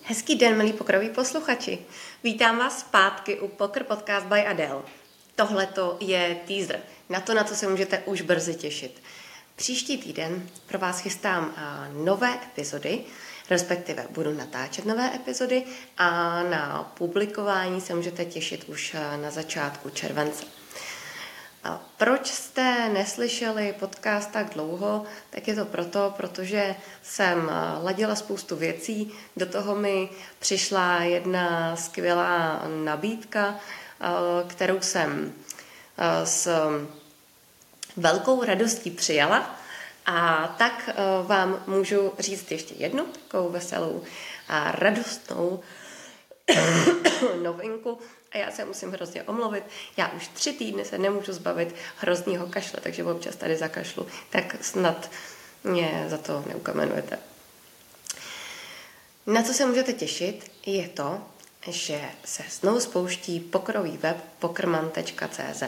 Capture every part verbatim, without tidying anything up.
Hezký den, milí pokroví posluchači. Vítám vás zpátky u Poker Podcast by Adele. Tohleto je teaser na to, na co se můžete už brzy těšit. Příští týden pro vás chystám nové epizody, respektive budu natáčet nové epizody a na publikování se můžete těšit už na začátku července. A proč jste neslyšeli podcast tak dlouho, tak je to proto, protože jsem ladila spoustu věcí, do toho mi přišla jedna skvělá nabídka, kterou jsem s velkou radostí přijala, a tak vám můžu říct ještě jednu takovou veselou a radostnou novinku. A já se musím hrozně omluvit. Já už tři týdny se nemůžu zbavit hroznýho kašle, takže občas tady zakašlu, tak snad mě za to neukamenujete. Na co se můžete těšit, je to, že se znovu spouští pokerový web pokerman tečka cé zet.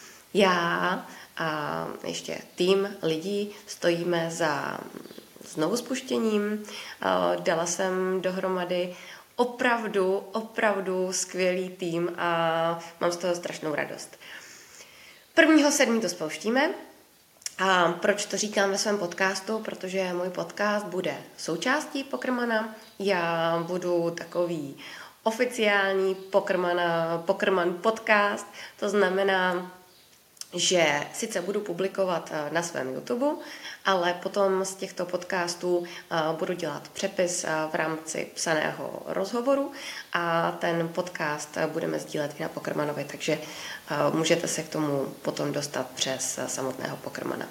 Já a ještě tým lidí stojíme za znovu spuštěním. Dala jsem dohromady Opravdu, opravdu skvělý tým a mám z toho strašnou radost. prvního sedmého to spouštíme. A proč to říkám ve svém podcastu? Protože můj podcast bude součástí Pokermana. Já budu takový oficiální Pokermana, Pokerman podcast. To znamená, že sice budu publikovat na svém YouTube, ale potom z těchto podcastů budu dělat přepis v rámci psaného rozhovoru a ten podcast budeme sdílet i na Pokermanovi, takže můžete se k tomu potom dostat přes samotného Pokermana.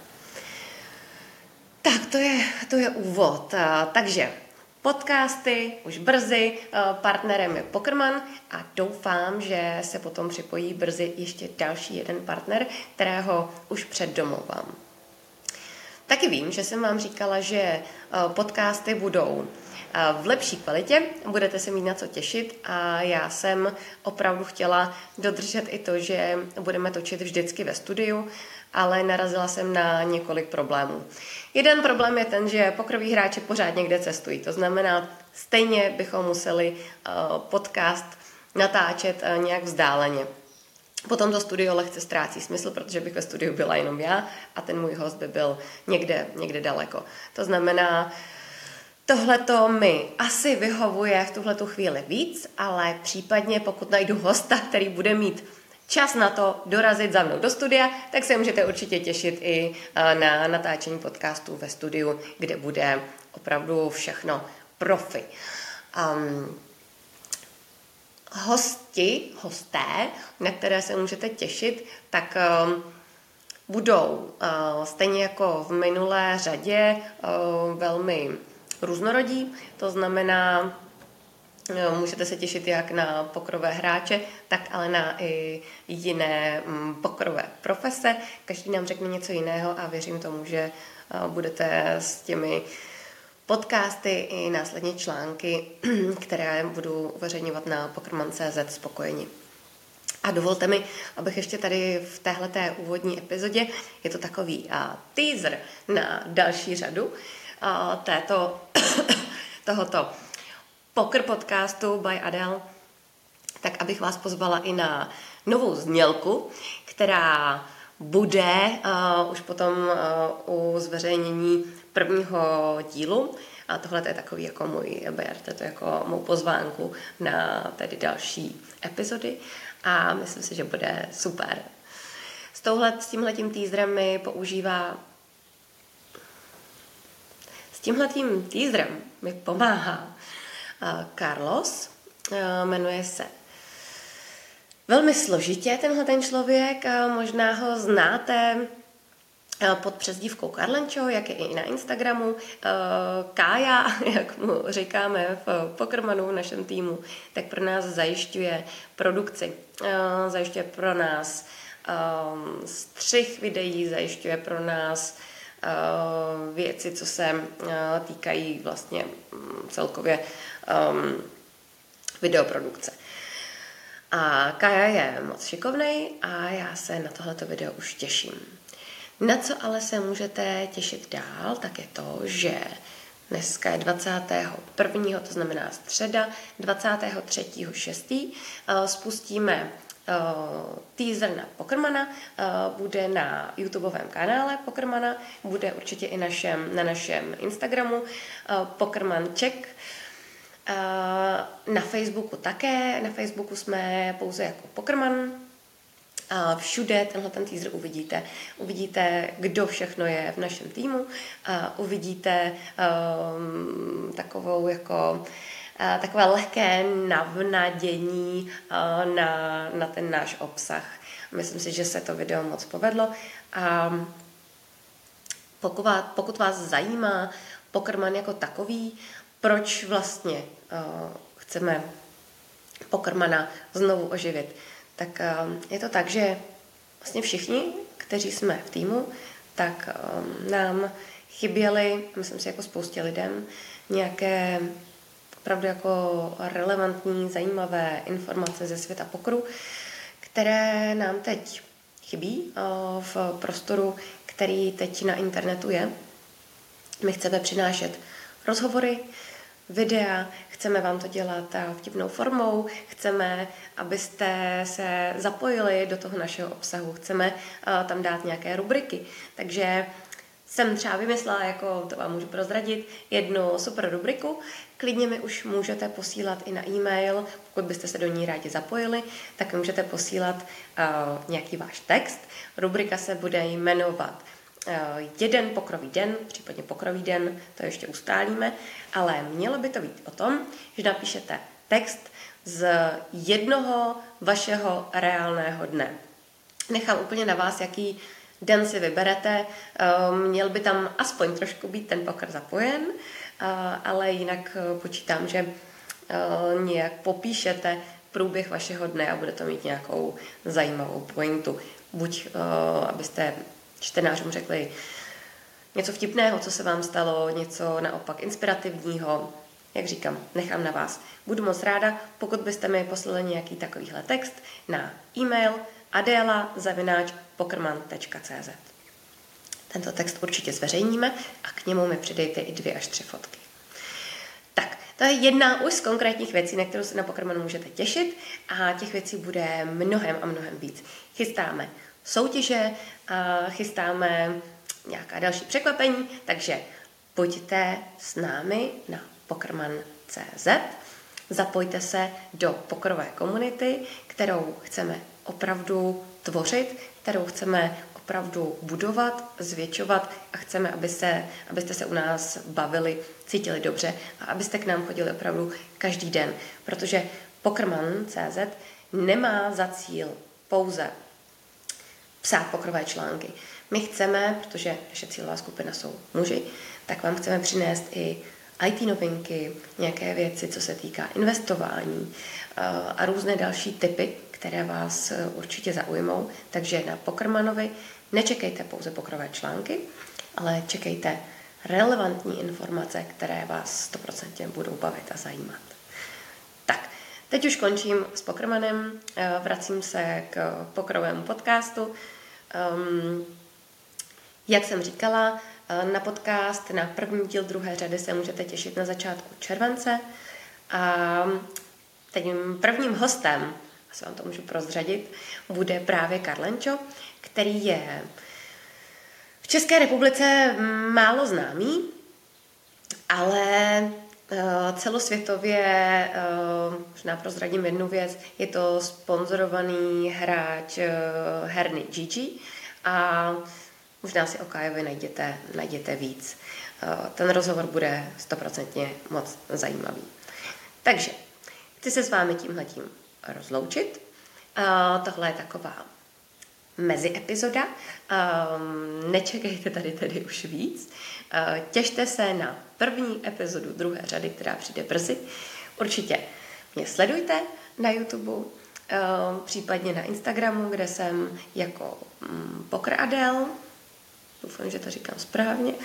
Tak to je, to je úvod. Takže podcasty už brzy, partnerem je Pokerman a doufám, že se potom připojí brzy ještě další jeden partner, kterého už předdomlouvám. Taky vím, že jsem vám říkala, že podcasty budou v lepší kvalitě, budete se mít na co těšit a já jsem opravdu chtěla dodržet i to, že budeme točit vždycky ve studiu, ale narazila jsem na několik problémů. Jeden problém je ten, že pokroví hráči pořád někde cestují, to znamená, stejně bychom museli podcast natáčet nějak vzdáleně. Potom to studio lehce ztrácí smysl, protože bych ve studiu byla jenom já a ten můj host by byl někde, někde daleko. To znamená, tohleto mi asi vyhovuje v tuhletu chvíli víc, ale případně pokud najdu hosta, který bude mít čas na to dorazit za mnou do studia, tak se můžete určitě těšit i na natáčení podcastů ve studiu, kde bude opravdu všechno profi. Um, hosti, hosté, na které se můžete těšit, tak um, budou uh, stejně jako v minulé řadě uh, velmi různorodí, to znamená, můžete se těšit jak na pokerové hráče, tak ale na i jiné pokerové profese. Každý nám řekne něco jiného a věřím tomu, že budete s těmi podcasty i následně články, které budu uveřejňovat na pokerman tečka cé zet spokojeni. A dovolte mi, abych ještě tady v téhleté úvodní epizodě, je to takový uh, teaser na další řadu uh, této, tohoto Poker podcastu by Adele, tak abych vás pozvala i na novou znělku, která bude uh, už potom uh, u zveřejnění prvního dílu. A tohle je takový jako můj berte, to jako mou pozvánku na tedy další epizody a myslím si, že bude super. S, touhle, s tímhletím teaserem mi používá s tímhletím teaserem mi pomáhá Carlos, jmenuje se velmi složitě tenhle ten člověk, možná ho znáte pod přezdívkou Karlenčo, jak je i na Instagramu. Kája, jak mu říkáme v Pokermanu, v našem týmu, tak pro nás zajišťuje produkci. Zajišťuje pro nás střih videí, zajišťuje pro nás věci, co se týkají vlastně celkově um, videoprodukce. A Kaja je moc šikovnej a já se na tohleto video už těším. Na co ale se můžete těšit dál, tak je to, že Dneska je dvacátého prvního, to znamená středa, dvacátého třetího šestého spustíme Uh, teaser na Pokermana, uh, bude na YouTubeovém kanále Pokermana, bude určitě i našem, na našem Instagramu uh, Pokerman Czech. Uh, na Facebooku také, na Facebooku jsme pouze jako Pokerman. Uh, všude tenhle ten teaser uvidíte. Uvidíte, kdo všechno je v našem týmu. Uh, uvidíte um, takovou jako takové lehké navnadění na, na ten náš obsah. Myslím si, že se to video moc povedlo. A pokud vás, pokud vás zajímá Pokerman jako takový, proč vlastně uh, chceme Pokermana znovu oživit, tak uh, je to tak, že vlastně všichni, kteří jsme v týmu, tak um, nám chyběly, myslím si jako spoustě lidem, nějaké opravdu jako relevantní, zajímavé informace ze světa pokeru, které nám teď chybí v prostoru, který teď na internetu je. My chceme přinášet rozhovory, videa, chceme vám to dělat vtipnou formou, chceme, abyste se zapojili do toho našeho obsahu, chceme tam dát nějaké rubriky, takže jsem třeba vymyslela, jako to vám můžu prozradit, jednu super rubriku. Klidně mi už můžete posílat i na e-mail, pokud byste se do ní rádi zapojili, tak mi můžete posílat uh, nějaký váš text. Rubrika se bude jmenovat uh, Jeden pokrový den, případně pokrový den, to ještě ustálíme, ale mělo by to být o tom, že napíšete text z jednoho vašeho reálného dne. Nechám úplně na vás, jaký den si vyberete, měl by tam aspoň trošku být ten poker zapojen, ale jinak počítám, že nějak popíšete průběh vašeho dne a bude to mít nějakou zajímavou pointu. Buď abyste čtenářům řekli něco vtipného, co se vám stalo, něco naopak inspirativního. Jak říkám, nechám na vás. Budu moc ráda, pokud byste mi poslali nějaký takovýhle text na e-mail adela zavináč pokerman tečka cé zet. Tento text určitě zveřejníme a k němu mi přidejte i dvě až tři fotky. Tak, to je jedna už z konkrétních věcí, na kterou se na Pokermanu můžete těšit a těch věcí bude mnohem a mnohem víc. Chystáme soutěže, chystáme nějaká další překvapení, takže pojďte s námi na pokerman tečka cé zet, zapojte se do pokerové komunity, kterou chceme opravdu tvořit, kterou chceme opravdu budovat, zvětšovat a chceme, aby se, abyste se u nás bavili, cítili dobře a abyste k nám chodili opravdu každý den, protože pokerman tečka cé zet nemá za cíl pouze psát pokerové články. My chceme, protože naše cílová skupina jsou muži, tak vám chceme přinést i í té novinky, nějaké věci, co se týká investování a různé další tipy, které vás určitě zaujmou. Takže na Pokermanovi nečekejte pouze pokerové články, ale čekejte relevantní informace, které vás sto procent budou bavit a zajímat. Tak, teď už končím s Pokermanem, vracím se k pokerovému podcastu. Um, jak jsem říkala, na podcast, na první díl druhé řady se můžete těšit na začátku července. A tím prvním hostem, asi vám to můžu prozradit, bude právě Karlenčo, který je v České republice málo známý, ale celosvětově, možná prozradím jednu věc, je to sponzorovaný hráč herny G G a možná si o Kájovi najděte, najděte víc. Ten rozhovor bude stoprocentně moc zajímavý. Takže chci se s vámi tímhletím rozloučit. Tohle je taková mezi epizoda. Nečekejte tady tedy už víc. Těšte se na první epizodu druhé řady, která přijde brzy. Určitě mě sledujte na YouTube, případně na Instagramu, kde jsem jako Poker Adel. Doufám, že to říkám správně.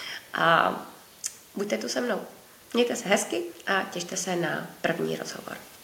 A buďte tu se mnou. Mějte se hezky a těšte se na první rozhovor.